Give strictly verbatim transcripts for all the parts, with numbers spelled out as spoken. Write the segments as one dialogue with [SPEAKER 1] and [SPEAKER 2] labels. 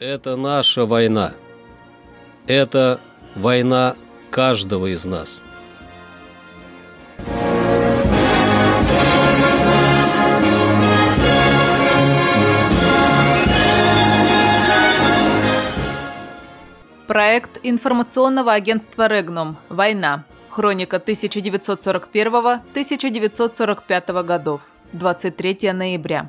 [SPEAKER 1] Это наша война. Это война каждого из нас.
[SPEAKER 2] Проект информационного агентства «Регнум. Война. Хроника тысяча девятьсот сорок первого — тысяча девятьсот сорок пятого годов. двадцать третьего ноября.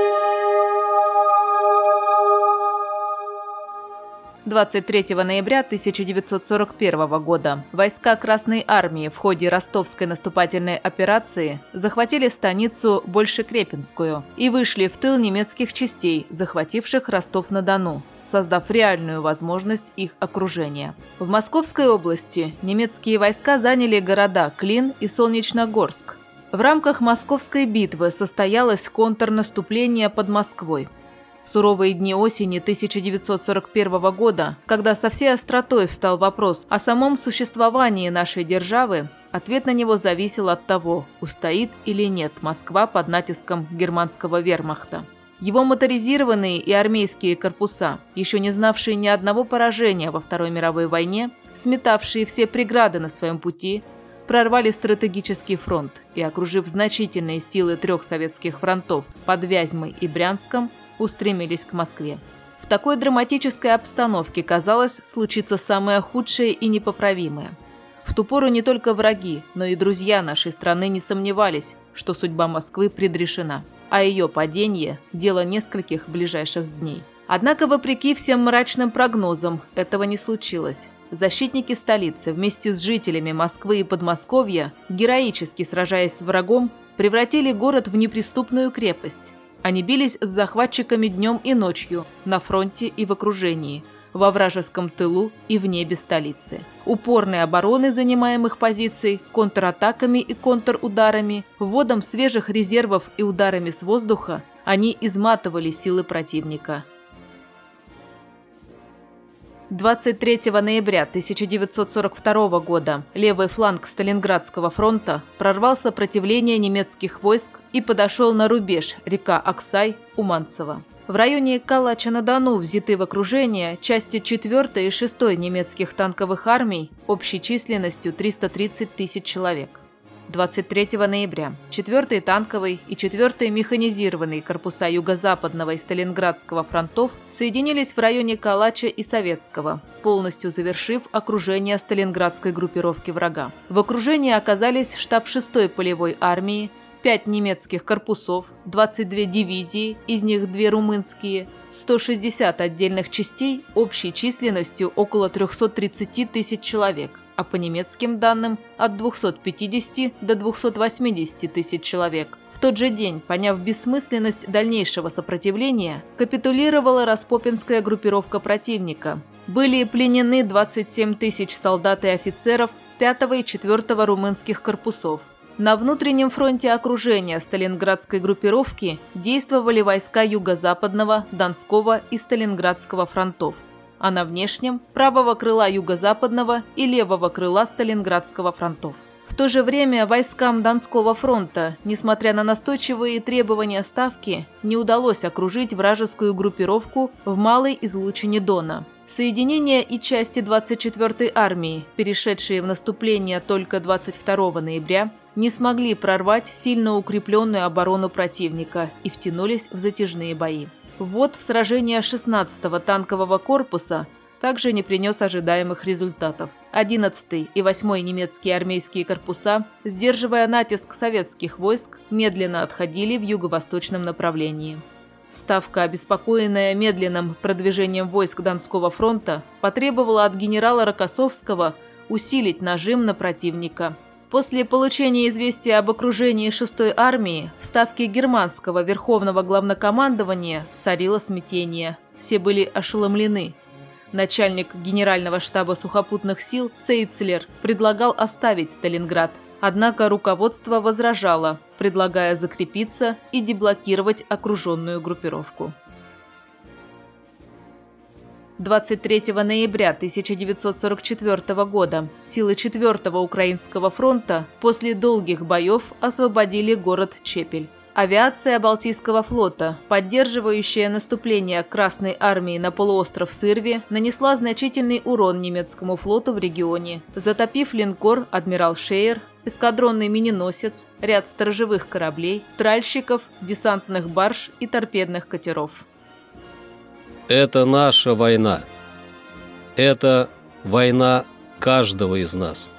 [SPEAKER 2] двадцать третьего ноября тысяча девятьсот сорок первого года войска Красной Армии в ходе ростовской наступательной операции захватили станицу Большекрепинскую и вышли в тыл немецких частей, захвативших Ростов-на-Дону, создав реальную возможность их окружения. В Московской области немецкие войска заняли города Клин и Солнечногорск. В рамках Московской битвы состоялось контрнаступление под Москвой. В суровые дни осени тысяча девятьсот сорок первого года, когда со всей остротой встал вопрос о самом существовании нашей державы, ответ на него зависел от того, устоит или нет Москва под натиском германского вермахта. Его моторизированные и армейские корпуса, еще не знавшие ни одного поражения во Второй мировой войне, сметавшие все преграды на своем пути, прорвали стратегический фронт и, окружив значительные силы трех советских фронтов под Вязьмой и Брянском, устремились к Москве. В такой драматической обстановке, казалось, случится самое худшее и непоправимое. В ту пору не только враги, но и друзья нашей страны не сомневались, что судьба Москвы предрешена, а ее падение – дело нескольких ближайших дней. Однако, вопреки всем мрачным прогнозам, этого не случилось. Защитники столицы вместе с жителями Москвы и Подмосковья, героически сражаясь с врагом, превратили город в неприступную крепость. Они бились с захватчиками днем и ночью, на фронте и в окружении, во вражеском тылу и в небе столицы. Упорной обороны занимаемых позиций, контратаками и контрударами, вводом свежих резервов и ударами с воздуха они изматывали силы противника. двадцать третьего ноября тысяча девятьсот сорок второго года левый фланг Сталинградского фронта прорвал сопротивление немецких войск и подошел на рубеж река Аксай у Манцева. В районе Калача-на-Дону взяты в окружение части четвёртой и шестой немецких танковых армий общей численностью триста тридцать тысяч человек. двадцать третьего ноября четвёртый танковый и четвёртый механизированный корпуса Юго-Западного и Сталинградского фронтов соединились в районе Калача и Советского, полностью завершив окружение сталинградской группировки врага. В окружении оказались штаб шестой полевой армии, пять немецких корпусов, двадцать две дивизии, из них две румынские, сто шестьдесят отдельных частей общей численностью около триста тридцать тысяч человек, а по немецким данным от двухсот пятидесяти до двухсот восьмидесяти тысяч человек. В тот же день, поняв бессмысленность дальнейшего сопротивления, капитулировала распопинская группировка противника. Были пленены двадцать семь тысяч солдат и офицеров пятого и четвёртого румынских корпусов. На внутреннем фронте окружения сталинградской группировки действовали войска Юго-Западного, Донского и Сталинградского фронтов, а на внешнем – правого крыла Юго-Западного и левого крыла Сталинградского фронтов. В то же время войскам Донского фронта, несмотря на настойчивые требования Ставки, не удалось окружить вражескую группировку в малой излучине Дона. Соединения и части двадцать четвёртой армии, перешедшие в наступление только двадцать второго ноября, не смогли прорвать сильно укрепленную оборону противника и втянулись в затяжные бои. Ввод в сражение шестнадцатого танкового корпуса также не принес ожидаемых результатов. одиннадцатый и восьмой немецкие армейские корпуса, сдерживая натиск советских войск, медленно отходили в юго-восточном направлении. Ставка, обеспокоенная медленным продвижением войск Донского фронта, потребовала от генерала Рокоссовского усилить нажим на противника. После получения известия об окружении шестой армии в Ставке германского верховного главнокомандования царило смятение. Все были ошеломлены. Начальник генерального штаба сухопутных сил Цейцлер предлагал оставить Сталинград. Однако руководство возражало, предлагая закрепиться и деблокировать окруженную группировку. двадцать третьего ноября тысяча девятьсот сорок четвёртого года силы четвёртого Украинского фронта после долгих боев освободили город Чепель. Авиация Балтийского флота, поддерживающая наступление Красной армии на полуостров Сырви, нанесла значительный урон немецкому флоту в регионе, затопив линкор «Адмирал Шейер», эскадронный миноносец, ряд сторожевых кораблей, тральщиков, десантных барж и торпедных катеров.
[SPEAKER 1] Это наша война. Это война каждого из нас.